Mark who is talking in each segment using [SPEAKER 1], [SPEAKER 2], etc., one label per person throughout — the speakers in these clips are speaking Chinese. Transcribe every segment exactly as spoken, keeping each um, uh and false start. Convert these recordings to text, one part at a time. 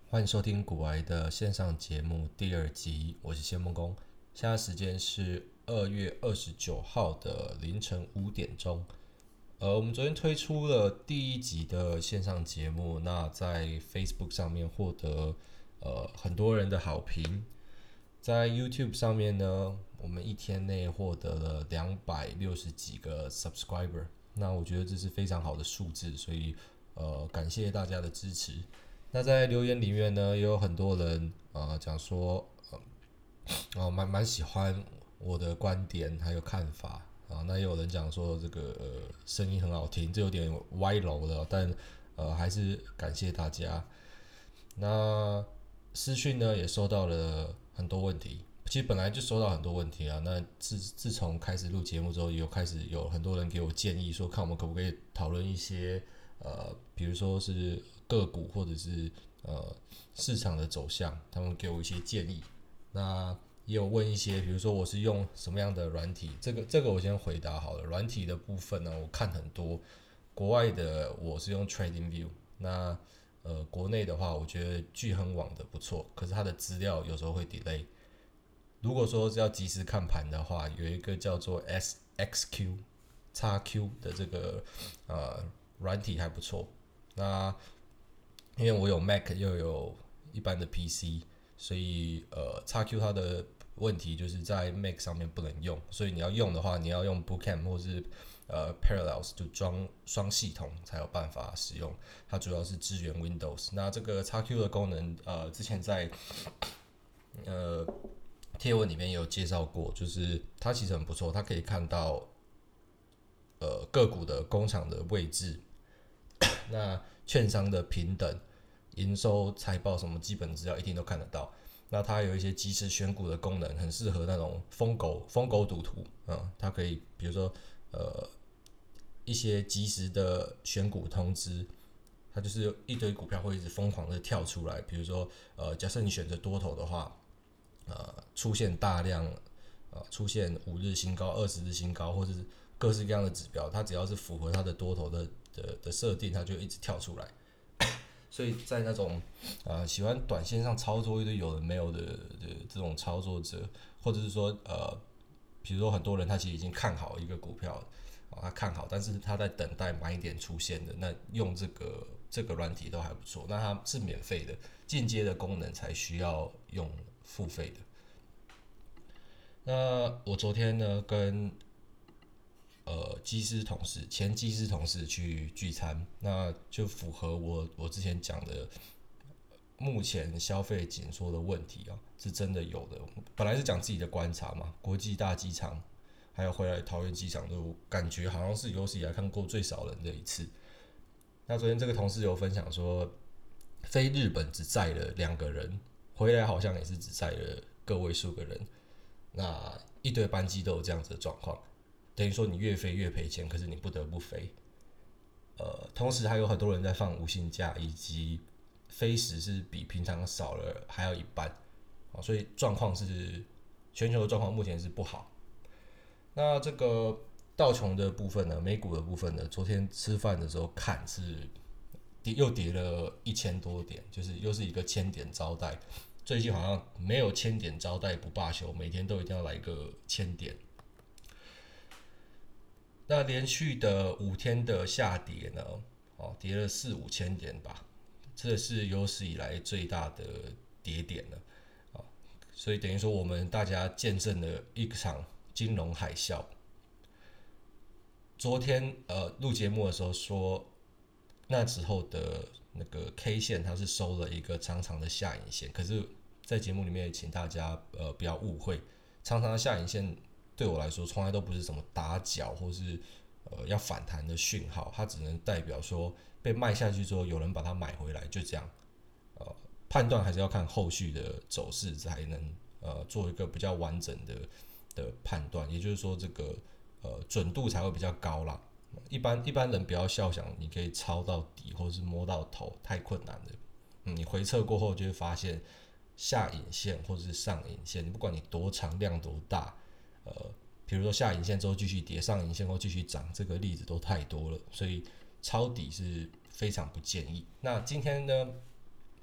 [SPEAKER 1] 欢迎收听古癌的线上节目第二集，我是谢梦工。现在时间是二月二十九号的凌晨五点钟。呃，我们昨天推出了第一集的线上节目，那在 Facebook 上面获得呃很多人的好评，在 YouTube 上面呢，我们一天内获得了两百六十几个 subscriber，那我觉得这是非常好的数字，所以呃感谢大家的支持。那在留言里面呢，也有很多人呃讲说，呃，哦蛮蛮喜欢我的观点还有看法啊。那也有人讲说这个呃声音很好听，这有点歪楼了，但呃还是感谢大家。那私讯呢也收到了很多问题，其实本来就收到很多问题啊。那自自从开始录节目之后，有开始有很多人给我建议，说看我们可不可以讨论一些呃，比如说是个股或者是呃市场的走向，他们给我一些建议。那也有问一些，比如说我是用什么样的软体，这个这个我先回答好了。软体的部分呢，我看很多，国外的我是用 TradingView，那呃国内的话，我觉得聚亨网的不错，可是它的资料有时候会 delay。如果说是要及时看盘的话，有一个叫做 S X Q X Q 的这个呃软体还不错。那因为我有 Mac 又有一般的 P C，所以呃 X Q 它的问题就是在 Mac 上面不能用，所以你要用的话，你要用 Bootcamp 或是呃 Parallels 就装双系统才有办法使用。它主要是支援 Windows。那这个 X Q 的功能，呃，之前在呃贴文里面也有介绍过，就是它其实很不错，它可以看到呃个股的工厂的位置，那券商的平等、营收、财报什么基本资料一定都看得到。那它有一些即时选股的功能，很适合那种疯狗疯狗赌徒，嗯，它可以比如说呃一些即时的选股通知，它就是一堆股票会一直疯狂的跳出来，比如说呃假设你选择多头的话，呃出现大量呃出现五日新高、二十日新高，或者是各式各样的指标，它只要是符合它的多头的的的设定，它就一直跳出来。所以在那种呃喜欢短线上操作一堆有的没有的的这种操作者，或者是说呃，比如说很多人他其实已经看好一个股票了，啊，他看好，但是他在等待买点出现的，那用这个这个软体都还不错。那它是免费的，进阶的功能才需要用付费的。那我昨天呢跟呃机师同事、前机师同事去聚餐，那就符合我我之前讲的目前消费紧缩的问题啊，是真的有的。本来是讲自己的观察嘛，国际大机场还有回来桃园机场，都感觉好像是有史以来看过最少人的一次。那昨天这个同事有分享说，飞日本只载了两个人，回来好像也是只载了个位数个人。那一堆班机都有这样子的状况，等于说你越飞越赔钱，可是你不得不飞。呃，同时还有很多人在放无薪假，以及飞时是比平常少了还要一半，啊，所以状况是全球的状况目前是不好。那这个道琼的部分呢，美股的部分呢，昨天吃饭的时候看是跌又跌了一千多点，就是又是一个千点招待。最近好像没有千点招待不罢休，每天都一定要来个千点。那连续的五天的下跌呢，哦，跌了四五千点吧，这是有史以来最大的跌点了啊，所以等于说我们大家见证了一场金融海啸。昨天呃录节目的时候说，那时候的那个 K 线它是收了一个长长的下影线，可是，在节目里面也请大家呃不要误会，长长的下影线对我来说从来都不是什么打脚或是呃要反弹的讯号，它只能代表说被卖下去之后有人把它买回来，就这样。呃，判断还是要看后续的走势才能呃做一个比较完整的的判断，也就是说这个呃准度才会比较高啦。一般一般人不要笑想你可以抄到底或是摸到头，太困难了。嗯，你回测过后就会发现下影线或者是上影线，你不管你多长量多大，呃，比如说下影线之后继续跌，上影线后继续涨，这个例子都太多了，所以抄底是非常不建议。那今天呢，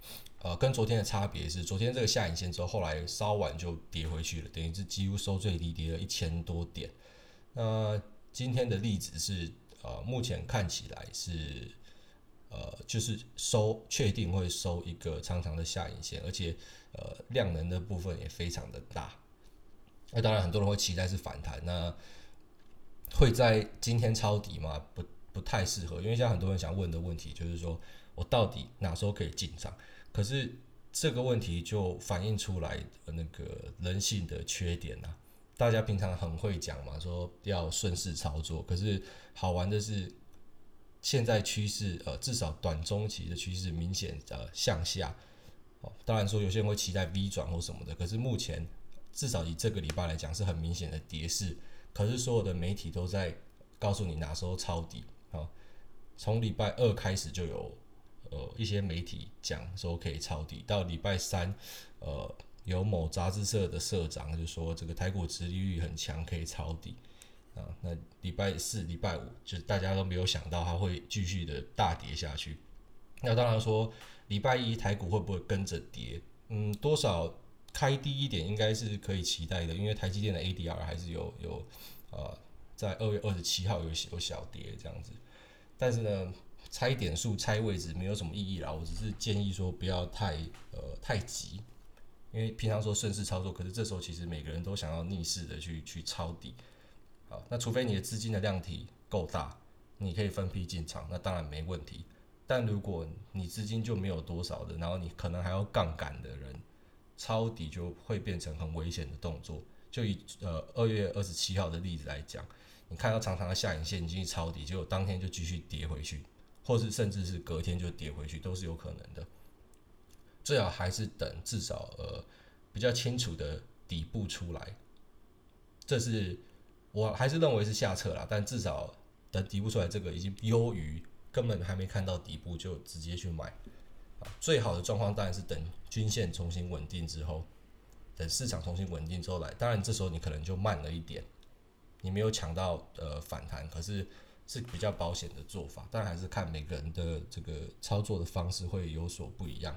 [SPEAKER 1] 呃，跟昨天的差别是，昨天这个下影线之后，后来稍晚就跌回去了，等于是几乎收最低，跌了一千多点。那今天的例子是，呃，目前看起来是，呃，就是收确定会收一个长长的下影线，而且呃量能的部分也非常的大。那当然很多人会期待是反弹，那会在今天抄底吗？不不太适合，因为像很多人想问的问题就是说我到底哪时候可以进场？可是这个问题就反映出来那个人性的缺点啊。大家平常很会讲嘛，说要顺势操作，可是好玩的是，现在趋势呃至少短中期的趋势明显呃向下。哦，当然说有些人会期待 V 转或什么的，可是目前至少以这个礼拜来讲是很明显的跌势。可是所有的媒体都在告诉你哪时候抄底。好，从礼拜二开始就有呃一些媒体讲说可以抄底，到礼拜三，呃有某杂志社的社长就说这个台股殖利率很强，可以抄底。啊，那礼拜四、礼拜五，就是大家都没有想到它会继续的大跌下去。那当然说，礼拜一台股会不会跟着跌？嗯，多少开低一点应该是可以期待的，因为台积电的 A D R 还是有有呃，在二月二十七号有有小跌这样子。但是呢，猜点数、猜位置没有什么意义啦。我只是建议说不要太呃太急，因为平常说顺势操作，可是这时候其实每个人都想要逆势的去去抄底。好，那除非你的资金的量体够大，你可以分批进场，那当然没问题。但如果你资金就没有多少的，然后你可能还要杠杆的人，抄底就会变成很危险的动作。就以呃二月二十七号的例子来讲，你看到长长的下影线，你进去抄底，结果当天就继续跌回去，或是甚至是隔天就跌回去，都是有可能的。最好还是等至少呃比较清楚的底部出来，这是我还是认为是下策啦，但至少等底部出来，这个已经优于根本还没看到底部就直接去买。最好的状况当然是等均线重新稳定之后，等市场重新稳定之后来。当然这时候你可能就慢了一点，你没有抢到呃反弹，可是是比较保险的做法。当然还是看每个人的这个操作的方式会有所不一样。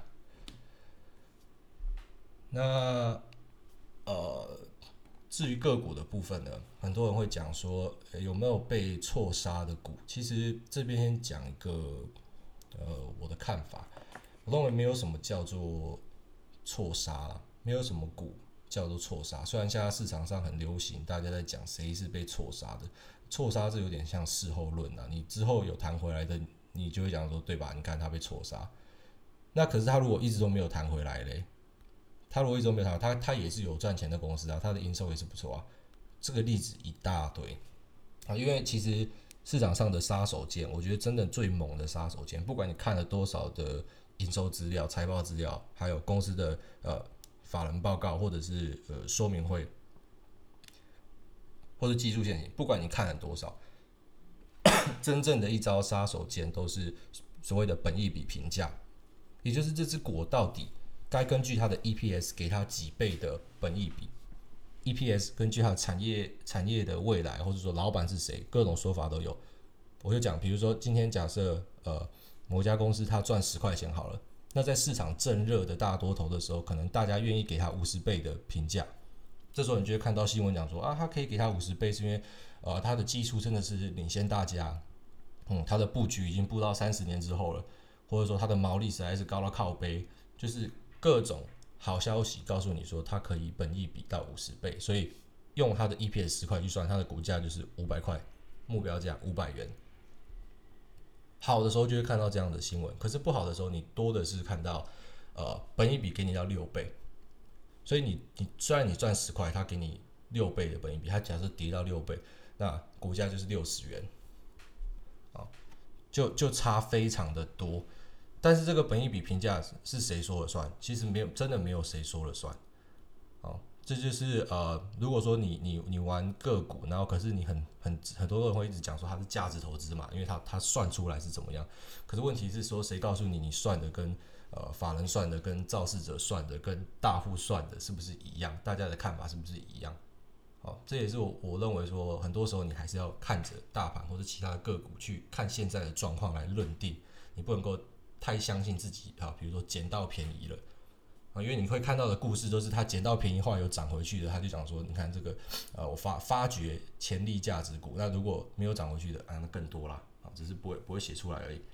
[SPEAKER 1] 那呃，至于个股的部分呢，很多人会讲说有没有被错杀的股。其实这边先讲一个呃我的看法，我认为没有什么叫做错杀啦，没有什么股叫做错杀。虽然现在市场上很流行，大家在讲谁是被错杀的，错杀这有点像事后论啊，你之后有弹回来的，你就会讲说对吧？你看他被错杀，那可是他如果一直都没有弹回来嘞？他如果一直都没有弹，他他也是有赚钱的公司啊，他的营收也是不错啊。这个例子一大堆啊，因为其实市场上的杀手锏，我觉得真的最猛的杀手锏，不管你看了多少的营收资料、财报资料，还有公司的呃法人报告，或者是呃说明会，或者技术线型，不管你看了多少，真正的一招杀手锏都是所谓的本益比评价，也就是这只股到底该根据它的 E P S 给它几倍的本益比。E P S 根据它的产业产业的未来，或者说老板是谁，各种说法都有。我就讲，比如说今天假设呃某家公司它赚十块钱好了，那在市场正热的大多头的时候，可能大家愿意给它五十倍的评价。这时候你就会看到新闻讲说啊，它可以给它五十倍，是因为呃它的技术真的是领先大家，嗯，它的布局已经布到三十年之后了，或者说它的毛利实在是高到靠背，就是各种好消息告诉你说它可以本益比到五十倍，所以用它的 E P S 十块去算，它的股价就是五百块，目标价五百元。好的时候就会看到这样的新闻，可是不好的时候，你多的是看到呃本益比给你到六倍，所以你你虽然你赚十块，它给你六倍的本益比，它假设跌到六倍，那股价就是六十元，啊，就就差非常的多。但是这个本益比评价是谁说了算？其实没有，真的没有谁说了算。哦，这就是呃，如果说你你你玩个股，然后可是你很很很多人会一直讲说它是价值投资嘛，因为它它算出来是怎么样。可是问题是说，谁告诉你你算的跟呃法人算的、跟肇事者算的、跟大户算的是不是一样？大家的看法是不是一样？好，这也是我我认为说，很多时候你还是要看着大盘或者其他的个股去看现在的状况来认定，你不能够太相信自己啊，比如说捡到便宜了啊，因为你会看到的故事都是他捡到便宜后来有涨回去的，他就讲说，你看这个呃，我发发掘潜力价值股，那如果没有涨回去的，啊，那更多啦，啊，只是不会不会写出来而已。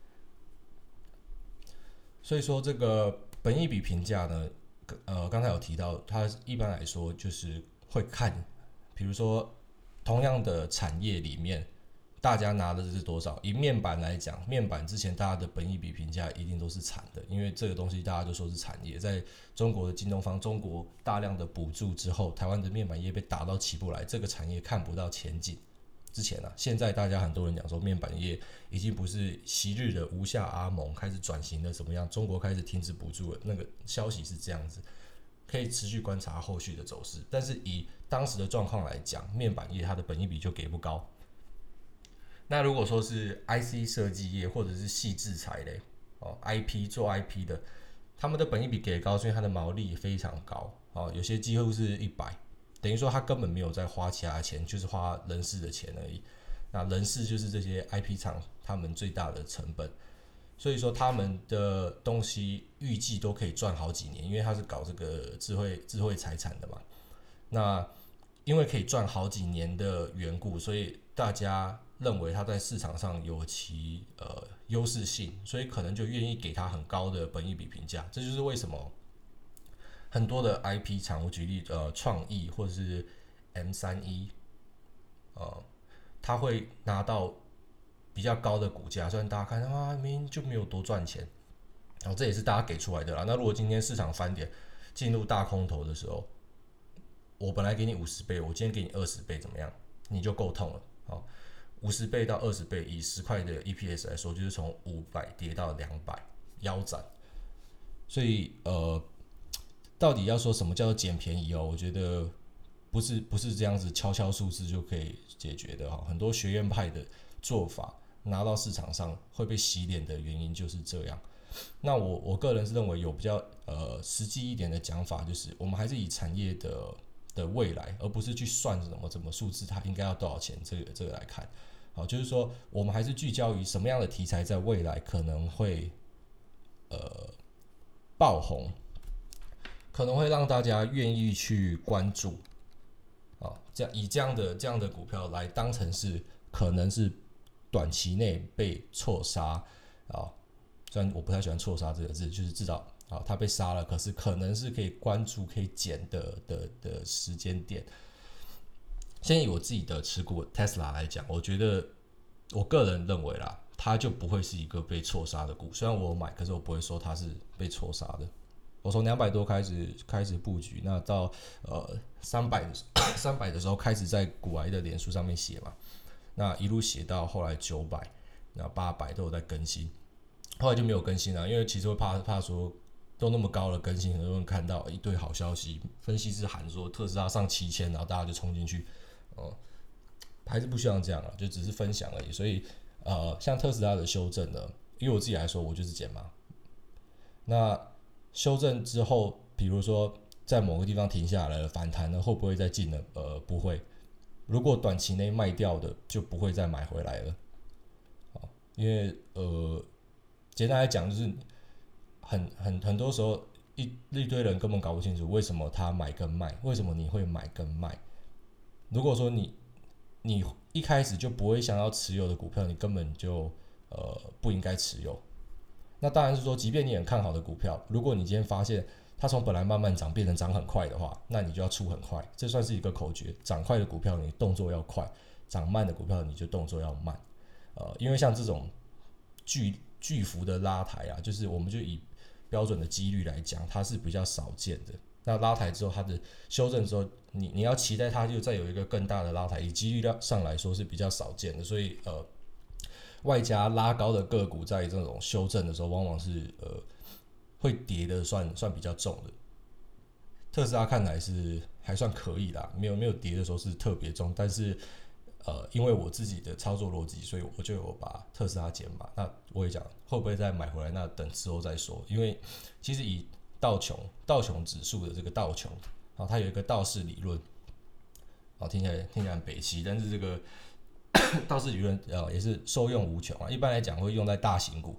[SPEAKER 1] 所以说这个本益比评价呢，呃，刚才有提到，它一般来说就是会看，比如说同样的产业里面，大家拿的是多少？以面板来讲，面板之前大家的本益比评价一定都是惨的，因为这个东西大家都说是产业，在中国的京东方，中国大量的补助之后，台湾的面板业被打到起不来，这个产业看不到前景。之前啊，现在大家很多人讲说，面板业已经不是昔日的无下阿蒙，开始转型的怎么样？中国开始停止补助了，那个消息是这样子，可以持续观察后续的走势。但是以当时的状况来讲，面板业它的本益比就给不高。那如果说是 I C 设计业或者是矽智财类哦 ，I P 做 I P 的，他们的本益比给高，所以它的毛利非常高哦，有些几乎是一百。等于说他根本没有在花其他钱，就是花人事的钱而已。那人事就是这些 I P 厂他们最大的成本，所以说他们的东西预计都可以赚好几年，因为他是搞这个智慧智慧财产的嘛。那因为可以赚好几年的缘故，所以大家认为他在市场上有其呃优势性，所以可能就愿意给他很高的本益比评价。这就是为什么很多的 I P 厂，我举例，呃，创意或者是 M 三一，呃，他会拿到比较高的股价，虽然大家看啊，明明就没有多赚钱，然后这也是大家给出来的啦。那如果今天市场翻点进入大空头的时候，我本来给你五十倍，我今天给你二十倍，怎么样？你就够痛了。好，五十倍到二十倍，以十块的 E P S 来说，就是从五百跌到两百，腰斩。所以呃。到底要说什么叫做捡便宜哦？我觉得不是不是这样子敲敲数字就可以解决的哈。很多学院派的做法拿到市场上会被洗脸的原因就是这样。那我我个人是认为有比较呃实际一点的讲法，就是我们还是以产业的的未来，而不是去算什么什么数字它应该要多少钱这个这个来看。好，就是说我们还是聚焦于什么样的题材在未来可能会呃爆红。可能会让大家愿意去关注，啊，这样以这样的这样的股票来当成是可能是短期内被错杀啊，虽然我不太喜欢错杀这个字，就是至少啊它被杀了，可是可能是可以关注可以减的的的时间点。先以我自己的持股 Tesla 来讲，我觉得我个人认为啦，它就不会是一个被错杀的股，虽然我有买，可是我不会说它是被错杀的。我从两百多开始开始布局，那到呃三百三百的时候开始在股癌的脸书上面写嘛，那一路写到后来九百，那八百都有在更新，后来就没有更新了，因为其实会怕怕说都那么高了更新，很多人看到一堆好消息，分析师喊说特斯拉上七千，然后大家就冲进去，哦、呃，还是不需要这样了，就只是分享而已。所以呃，像特斯拉的修正呢，因为我自己来说，我就是减码，那。修正之后，比如说在某个地方停下来了，反弹了，会不会再进呢？呃，不会。如果短期内卖掉的，就不会再买回来了。因为呃，简单来讲，就是很很很多时候一一堆人根本搞不清楚为什么他买跟卖，为什么你会买跟卖。如果说你你一开始就不会想要持有的股票，你根本就呃不应该持有。那当然是说，即便你很看好的股票，如果你今天发现它从本来慢慢涨变成涨很快的话，那你就要出很快，这算是一个口诀。涨快的股票你动作要快，涨慢的股票你就动作要慢。呃，因为像这种巨巨幅的拉抬啊，就是我们就以标准的几率来讲，它是比较少见的。那拉抬之后，它的修正之后，你你要期待它就再有一个更大的拉抬，以几率上来说是比较少见的，所以呃。外加拉高的个股在这种修正的时候，往往是呃会跌的算算比较重的。特斯拉看来是还算可以啦，没有没有跌的时候是特别重，但是呃因为我自己的操作逻辑，所以我就有把特斯拉减码。那我也讲会不会再买回来，那等之后再说。因为其实以道琼道琼指数的这个道琼啊，它有一个道氏理论，啊听起来听起来很北七，但是这个道氏理论呃也是受用无穷啊。一般来讲会用在大型股，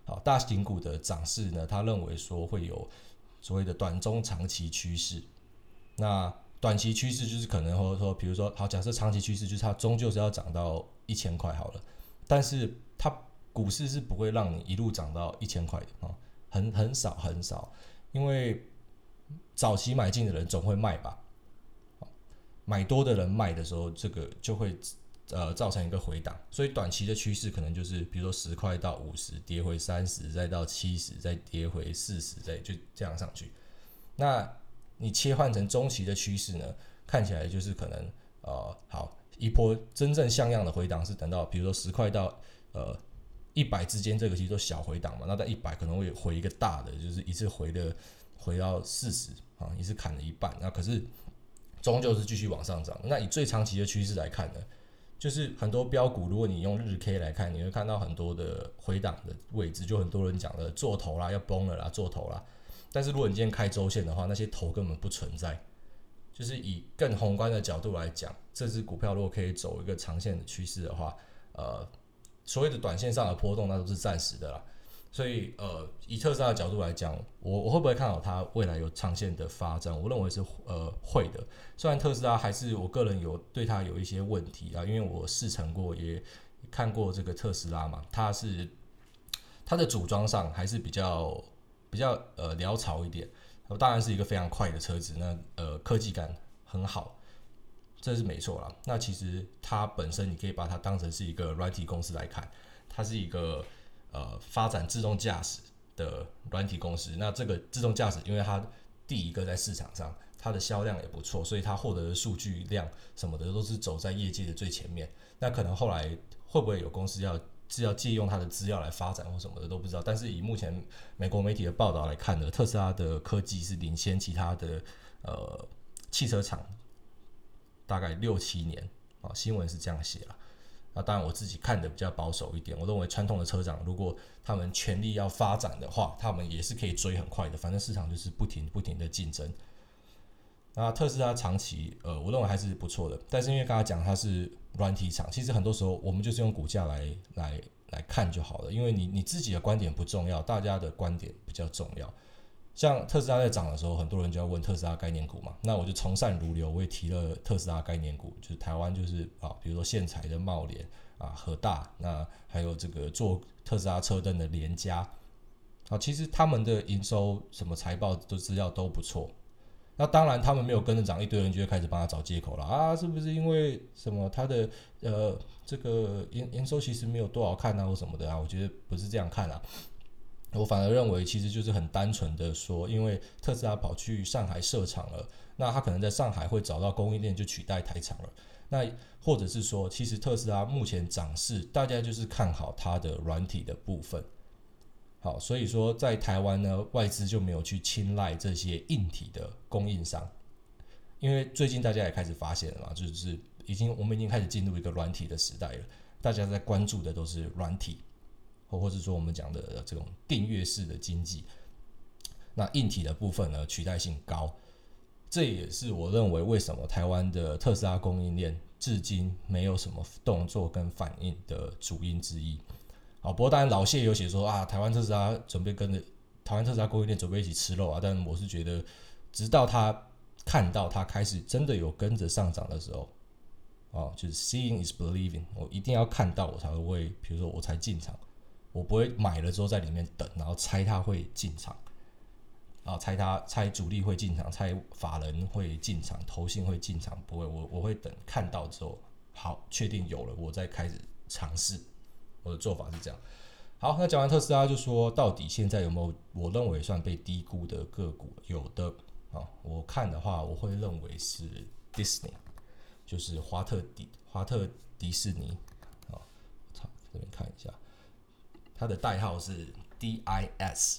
[SPEAKER 1] 好，大型股的涨势呢，他认为说会有所谓的短中长期趋势。那短期趋势就是可能或者说，比如说，好，假设长期趋势就是它终究是要涨到一千块好了，但是它股市是不会让你一路涨到一千块的啊，很很少很少，因为早期买进的人总会卖吧，买多的人卖的时候，这个就会呃造成一个回档，所以短期的趋势可能就是比如说十块到五十，跌回三十，再到七十，再跌回四十，再就这样上去。那你切换成中期的趋势呢，看起来就是可能呃好一波真正像样的回档是等到比如说十块到呃一百之间，这个其实都小回档嘛，那在一百可能会回一个大的，就是一次回的回到四十啊，一次砍了一半，那可是终究是继续往上涨。那以最长期的趋势来看呢，就是很多标股，如果你用日 K 来看，你会看到很多的回档的位置，就很多人讲的做头啦，要崩了啦，做头啦。但是如果你今天开周线的话，那些头根本不存在。就是以更宏观的角度来讲，这只股票如果可以走一个长线的趋势的话，呃，所谓的短线上的波动那都是暂时的啦。所以呃，以特斯拉的角度来讲，我我会不会看好它未来有长线的发展？我认为是呃会的。虽然特斯拉还是我个人有对它有一些问题啊，因为我试乘过，也看过这个特斯拉嘛，它是它的组装上还是比较。比较呃潦草一点，当然是一个非常快的车子，那呃科技感很好，这是没错啦。那其实它本身你可以把它当成是一个软体公司来看，它是一个呃发展自动驾驶的软体公司。那这个自动驾驶，因为它第一个在市场上，它的销量也不错，所以它获得的数据量什么的都是走在业界的最前面。那可能后来会不会有公司要？是要借用它的资料来发展或什么的都不知道，但是以目前美国媒体的报道来看呢，特斯拉的科技是领先其他的呃汽车厂大概六七年啊，新闻是这样写啦。那当然我自己看的比较保守一点，我认为传统的车厂如果他们全力要发展的话，他们也是可以追很快的，反正市场就是不停不停的竞争。那特斯拉长期呃，我认为还是不错的，但是因为刚才讲它是软体厂，其实很多时候我们就是用股价来来来看就好了，因为你你自己的观点不重要，大家的观点比较重要。像特斯拉在涨的时候，很多人就要问特斯拉概念股嘛，那我就从善如流，我也提了特斯拉概念股，就是台湾就是啊，比如说线材的茂联啊、和大，那还有这个做特斯拉车灯的联嘉，啊，其实他们的营收什么财报都资料都不错。那当然，他们没有跟着涨，一堆人就会开始帮他找借口了啊！是不是因为什么他的呃这个营营收其实没有多好看啊，或什么的啊？我觉得不是这样看啊，我反而认为其实就是很单纯的说，因为特斯拉跑去上海设厂了，那他可能在上海会找到供应链就取代台厂了。那或者是说，其实特斯拉目前涨势，大家就是看好它的软体的部分。好，所以说在台湾呢，外资就没有去青睐这些硬体的供应商，因为最近大家也开始发现了嘛，就是已经我们已经开始进入一个软体的时代了，大家在关注的都是软体，或或是说我们讲的这种订阅式的经济。那硬体的部分呢，取代性高，这也是我认为为什么台湾的特斯拉供应链至今没有什么动作跟反应的主因之一。好，不过当然老谢有写说啊，台湾特斯拉准备跟着台湾特斯拉供应链准备一起吃肉啊，但我是觉得，直到他看到他开始真的有跟着上涨的时候，哦，就是 seeing is believing， 我一定要看到我才会，比如说我才进场，我不会买了之后在里面等，然后猜他会进场，啊，猜他猜主力会进场，猜法人会进场，投信会进场，不会，我我会等看到之后，好，确定有了，我再开始尝试。我的做法是这样。好，那讲完特斯拉，就说到底现在有没有我认为算被低估的个股？有的啊，我看的话，我会认为是 Disney， 就是华特迪华特迪士尼啊。这边看一下，它的代号是 D I S。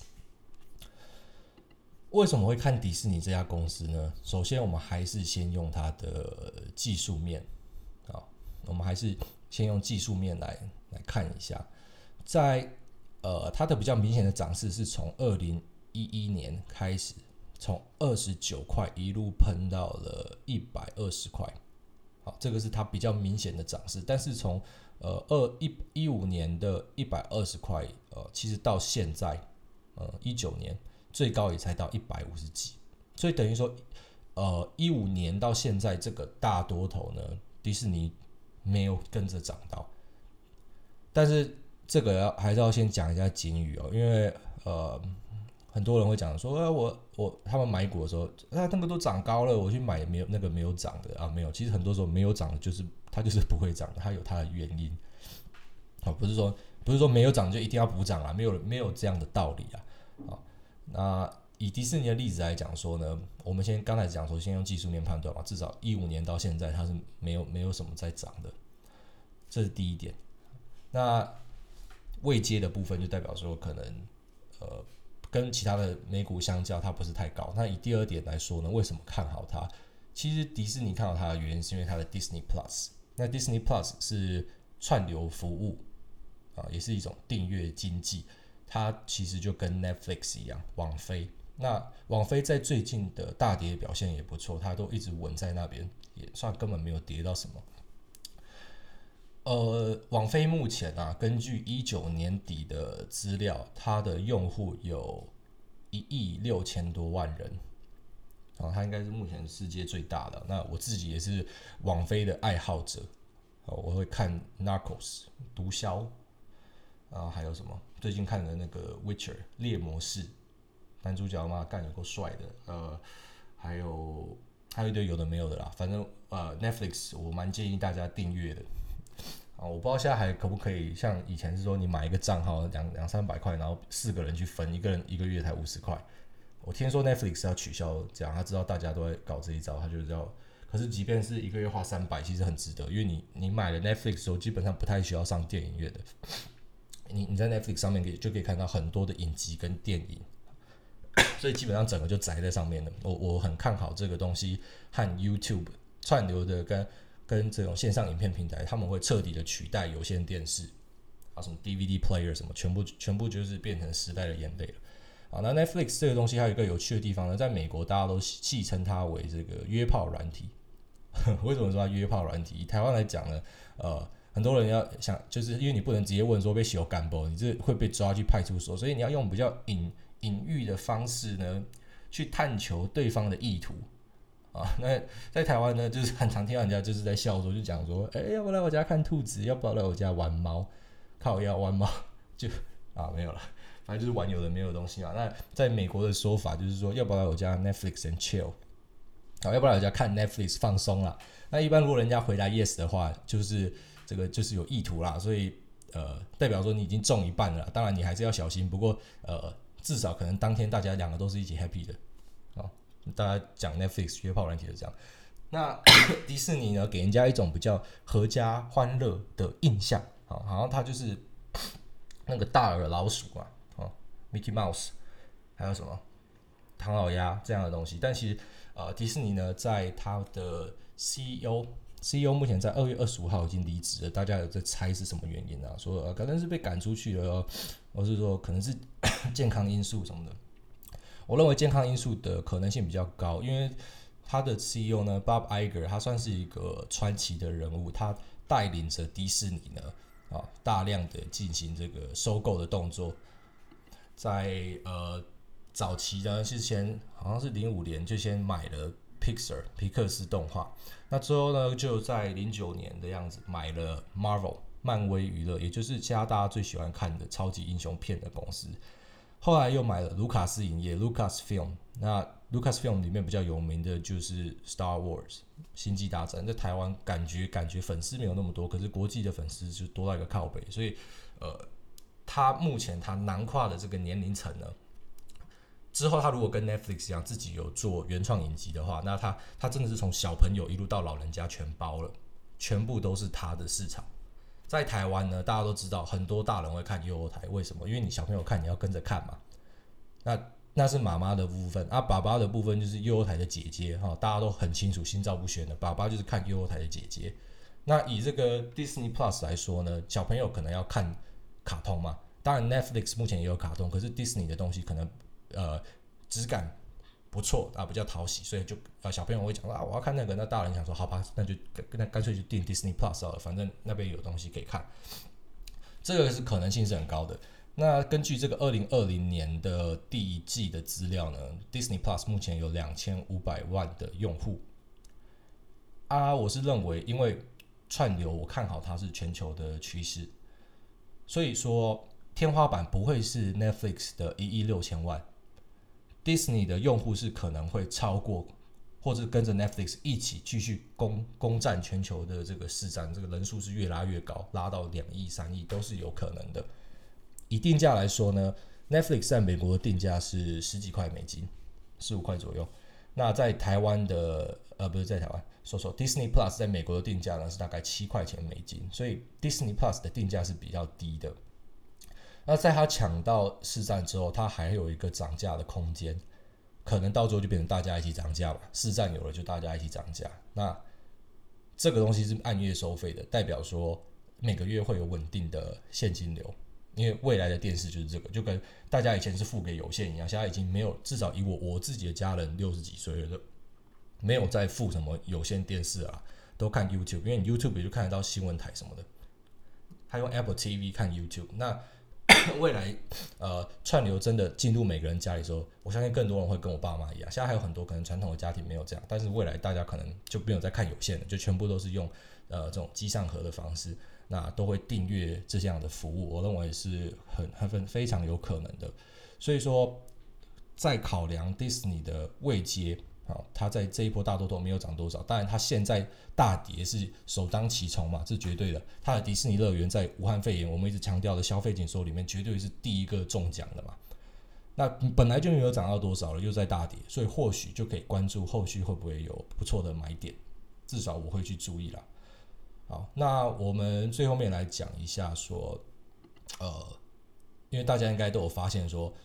[SPEAKER 1] 为什么会看迪士尼这家公司呢？首先，我们还是先用它的技术面啊，我们还是先用技术面来来看一下，在呃它的比较明显的涨势是从二零一一年开始，从二十九块一路喷到了一百二十块，好，这个是它比较明显的涨势。但是从呃二一一五年的一百二十块， 呃，其实到现在，呃，一九年最高也才到一百五十几，所以等于说，呃，一五年到现在这个大多头呢，迪士尼没有跟着涨到，但是这个要还是要先讲一下警语哦，因为呃，很多人会讲说，呃，我我他们买股的时候，啊，那个都涨高了，我去买没有那个没有涨的啊，没有，其实很多时候没有涨的，就是它就是不会涨的，它有它的原因，好，不是说不是说没有涨就一定要补涨啊，没有没有这样的道理啊，好，那以迪士尼的例子来讲说呢，我们先刚才讲说，先用技术面判断嘛，至少一五年到现在它是没有没有什么在涨的，这是第一点。那位阶的部分就代表说，可能呃跟其他的美股相较，它不是太高。那以第二点来说呢，为什么看好它？其实迪士尼看好它的原因是因为它的 Disney Plus。那 Disney Plus 是串流服务啊，也是一种订阅经济。它其实就跟 Netflix 一样，网飞。那网飞在最近的大跌表现也不错，它都一直稳在那边，也算根本没有跌到什么。呃，网飞目前啊，根据一九年底的资料，它的用户有一亿六千多万人，啊，它应该是目前世界最大的。那我自己也是网飞的爱好者，我会看 Narcos 毒枭，啊，还有什么？最近看的那个 Witcher 猎魔士，男主角嘛，干有够帅的，呃，还有还有一堆有的没有的啦，反正呃 Netflix 我蛮建议大家订阅的。啊，我不知道现在还可不可以像以前是说你买一个账号两两三百块，然后四个人去分，一个人一个月才五十块。我听说 Netflix 要取消这样，他知道大家都在搞这一招，他就是要。可是即便是一个月花三百，其实很值得，因为你你买了 Netflix 之后，基本上不太需要上电影院的。你你在 Netflix 上面可以就可以看到很多的影集跟电影，所以基本上整个就宅在上面了。我我很看好这个东西和 YouTube 串流的跟。跟这种线上影片平台，他们会彻底的取代有线电视啊，什么 D V D player 什么，全部全部就是变成时代的眼泪了。啊，那 Netflix 这个东西还有一个有趣的地方呢，在美国大家都戏称它为这个约炮软体。为什么说它约炮软体？以台湾来讲呢，呃，很多人要想，就是因为你不能直接问说被修干不，你这会被抓去派出所，所以你要用比较隐隐喻的方式呢，去探求对方的意图。啊，那在台湾呢，就是很常听到人家就是在笑说，就讲说，哎、欸，要不来我家看兔子，要不要来我家玩猫？靠要玩猫就啊没有了，反正就是玩有的没有的东西嘛。那在美国的说法就是说，要不要来我家 Netflix and chill？ 好，要不要来我家看 Netflix 放松啦？那一般如果人家回答 yes 的话，就是这个就是有意图啦，所以呃代表说你已经中一半了啦。当然你还是要小心，不过呃至少可能当天大家两个都是一起 happy 的。大家讲 Netflix 约炮软体是这样，那迪士尼呢，给人家一种比较合家欢乐的印象，好像它就是那个大耳老鼠嘛，哦 ，Mickey Mouse， 还有什么唐老鸭这样的东西。但其实呃，迪士尼呢，在它的 C E O C E O 目前在二月二十五号已经离职了，大家有在猜是什么原因啊？说、呃、可能是被赶出去了，或是说可能是健康因素什么的。我认为健康因素的可能性比较高，因为他的 C E O 呢 ，Bob Iger， 他算是一个传奇的人物，他带领着迪士尼呢，啊，大量的进行这个收购的动作，在呃早期呢是先好像是零五年就先买了 Pixar 皮克斯动画，那之后呢就在零九年的样子买了 Marvel 漫威娱乐，也就是现在大家最喜欢看的超级英雄片的公司。后来又买了卢卡斯影业 Lucasfilm， 那 Lucasfilm 里面比较有名的就是 Star Wars 星际大战，在台湾感觉感觉粉丝没有那么多，可是国际的粉丝就多到一个靠北，所以呃，他目前他囊括的这个年龄层呢，之后他如果跟 Netflix 一样自己有做原创影集的话，那他他真的是从小朋友一路到老人家全包了，全部都是他的市场。在台湾呢，大家都知道很多大人会看幼幼台，为什么？因为你小朋友看，你要跟着看嘛。那那是妈妈的部分，啊，爸爸的部分就是幼幼台的姐姐哈，大家都很清楚，心照不宣的，爸爸就是看幼幼台的姐姐。那以这个 Disney Plus 来说呢，小朋友可能要看卡通嘛，当然 Netflix 目前也有卡通，可是 Disney 的东西可能呃质感不错啊，比较讨喜，所以就呃小朋友会讲啊，我要看那个，那大人想说好吧，那就那干脆就订 Disney Plus 好了，反正那边有东西可以看，这个是可能性是很高的。 那根据这个二零二零年的第一季的资料呢 ，Disney Plus 目前有两千五百万的用户。啊，我是认为，因为串流我看好它是全球的趋势，所以说天花板不会是 Netflix 的一亿六千万 ，Disney 的用户是可能会超过，或者跟着 Netflix 一起继续攻攻占全球的这个市占，这个人数是越拉越高，拉到两亿、三亿都是有可能的。以定价来说呢 ，Netflix 在美国的定价是十几块美金，十五块左右。那在台湾的呃不是在台湾，说说 Disney Plus 在美国的定价呢是大概七块钱美金，所以 Disney Plus 的定价是比较低的。那在它抢到市占之后，它还有一个涨价的空间，可能到最后就变成大家一起涨价吧，市占有了就大家一起涨价。那这个东西是按月收费的，代表说每个月会有稳定的现金流。因为未来的电视就是这个，就跟大家以前是付给有线一样，现在已经没有，至少以我我自己的家人六十几岁了，没有再付什么有线电视啊，都看 YouTube， 因为你 YouTube 也就看得到新闻台什么的，他用 Apple T V 看 YouTube。那未来呃串流真的进入每个人家里的时候，我相信更多人会跟我爸妈一样，现在还有很多可能传统的家庭没有这样，但是未来大家可能就没有再看有线了，就全部都是用呃这种机上盒的方式。那都会订阅这样的服务，我认为是很很非常有可能的。所以说，在考量 Disney 的位阶，好，它在这一波大多头没有涨多少，当然它现在大跌是首当其冲嘛，是绝对的。它的迪士尼乐园在武汉肺炎我们一直强调的消费紧缩里面，绝对是第一个中奖的嘛。那本来就没有涨到多少了，又在大跌，所以或许就可以关注后续会不会有不错的买点，至少我会去注意啦。好，那我们最后面来讲一下说，呃，因为大家应该都有发现说，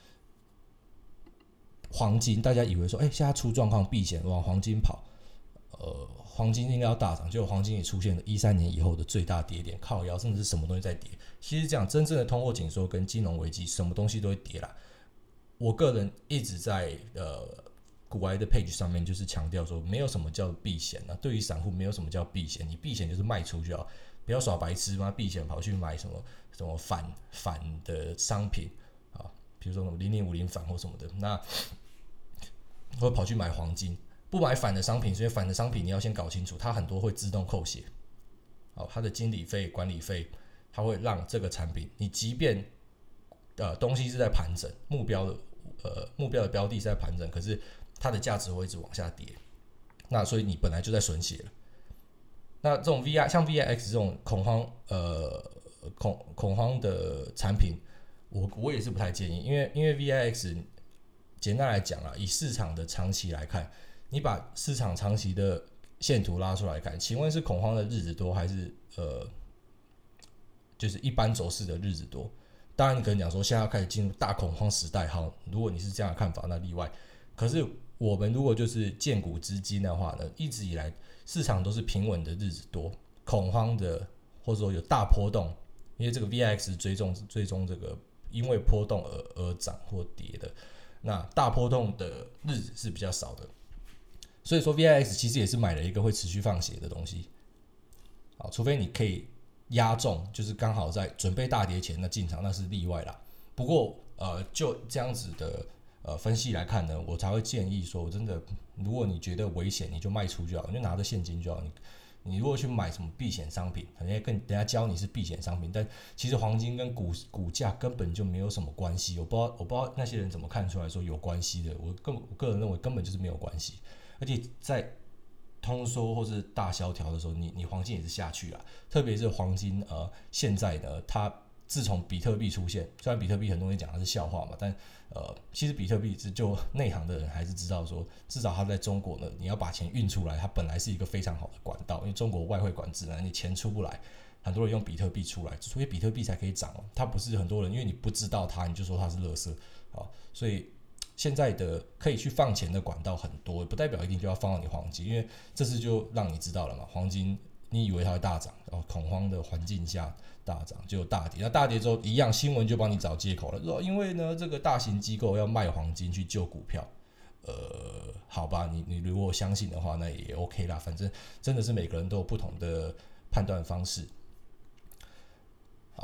[SPEAKER 1] 黄金大家以为说，哎、欸，现在出状况避险往黄金跑，呃，黄金应该要大涨，结果黄金也出现了一三年以后的最大跌点，靠腰，甚至是什么东西在跌。其实这样，真正的通货紧缩跟金融危机，什么东西都会跌啦。我个人一直在呃。股癌的 page 上面就是强调说，没有什么叫避险啊。对于散户，没有什么叫避险，你避险就是卖出就好，不要耍白痴嘛。避险跑去买什么什么反反的商品啊，比如说什么零零五零反或什么的，那或跑去买黄金，不买反的商品，所以反的商品你要先搞清楚，它很多会自动扣血，好，它的经理费、管理费，它会让这个产品，你即便呃东西是在盘整，目标的呃目标的标的是在盘整，可是它的价值会一直往下跌，那所以你本来就在损血了。那这种 V I 像 V I X 这种恐慌呃恐恐慌的产品，我我也是不太建议，因为因为 V I X 简单来讲啊，以市场的长期来看，你把市场长期的线图拉出来看，请问是恐慌的日子多，还是呃就是一般走势的日子多？当然你可能讲说现在要开始进入大恐慌时代，好，如果你是这样的看法，那例外。可是我们如果就是建股资金的话呢，一直以来市场都是平稳的日子多，恐慌的或者说有大波动，因为这个 V I X 追踪追踪这个因为波动而而涨或跌的，那大波动的日子是比较少的，所以说 V I X 其实也是买了一个会持续放血的东西，好，除非你可以压中，就是刚好在准备大跌前那进场，那是例外啦。不过呃就这样子的。呃，分析来看呢，我才会建议说，真的，如果你觉得危险，你就卖出就好，你就拿着现金就好。你你如果去买什么避险商品，人家跟人家教你是避险商品，但其实黄金跟股股价根本就没有什么关系。我不知道我不知道那些人怎么看出来说有关系的，我个我个人认为根本就是没有关系。而且在通缩或是大萧条的时候，你你黄金也是下去了，特别是黄金呃现在呢，它自从比特币出现，虽然比特币很多人讲它是笑话嘛，但呃，其实比特币就内行的人还是知道说，至少它在中国呢，你要把钱运出来，它本来是一个非常好的管道，因为中国外汇管制呢，你钱出不来，很多人用比特币出来，所以比特币才可以涨哦。它不是很多人因为你不知道它，你就说它是垃圾啊，所以现在的可以去放钱的管道很多，不代表一定就要放到你黄金，因为这次就让你知道了嘛，黄金你以为它会大涨，然后恐慌的环境下。大涨就大跌，那大跌之后一样，新闻就帮你找借口了，说因为呢这个大型机构要卖黄金去救股票，呃，好吧，你你如果相信的话，那也 OK 啦，反正真的是每个人都有不同的判断方式。好，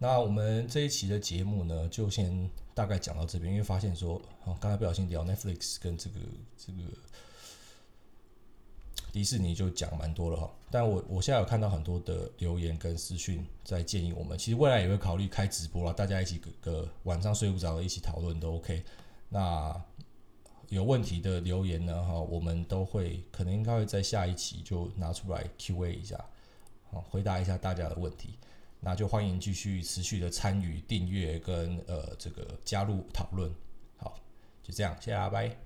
[SPEAKER 1] 那我们这一期的节目呢，就先大概讲到这边，因为发现说，哦，刚才不小心聊 Netflix 跟这个这个迪士尼就讲蛮多了哈。但我我现在有看到很多的留言跟私讯在建议我们，其实未来也会考虑开直播啦，大家一起个晚上睡不着的一起讨论都 OK。那有问题的留言呢，哈，我们都会可能应该会在下一期就拿出来 Q A 一下，好，回答一下大家的问题。那就欢迎继续持续的参与、订阅跟呃这个加入讨论。好，就这样，谢谢大家，拜。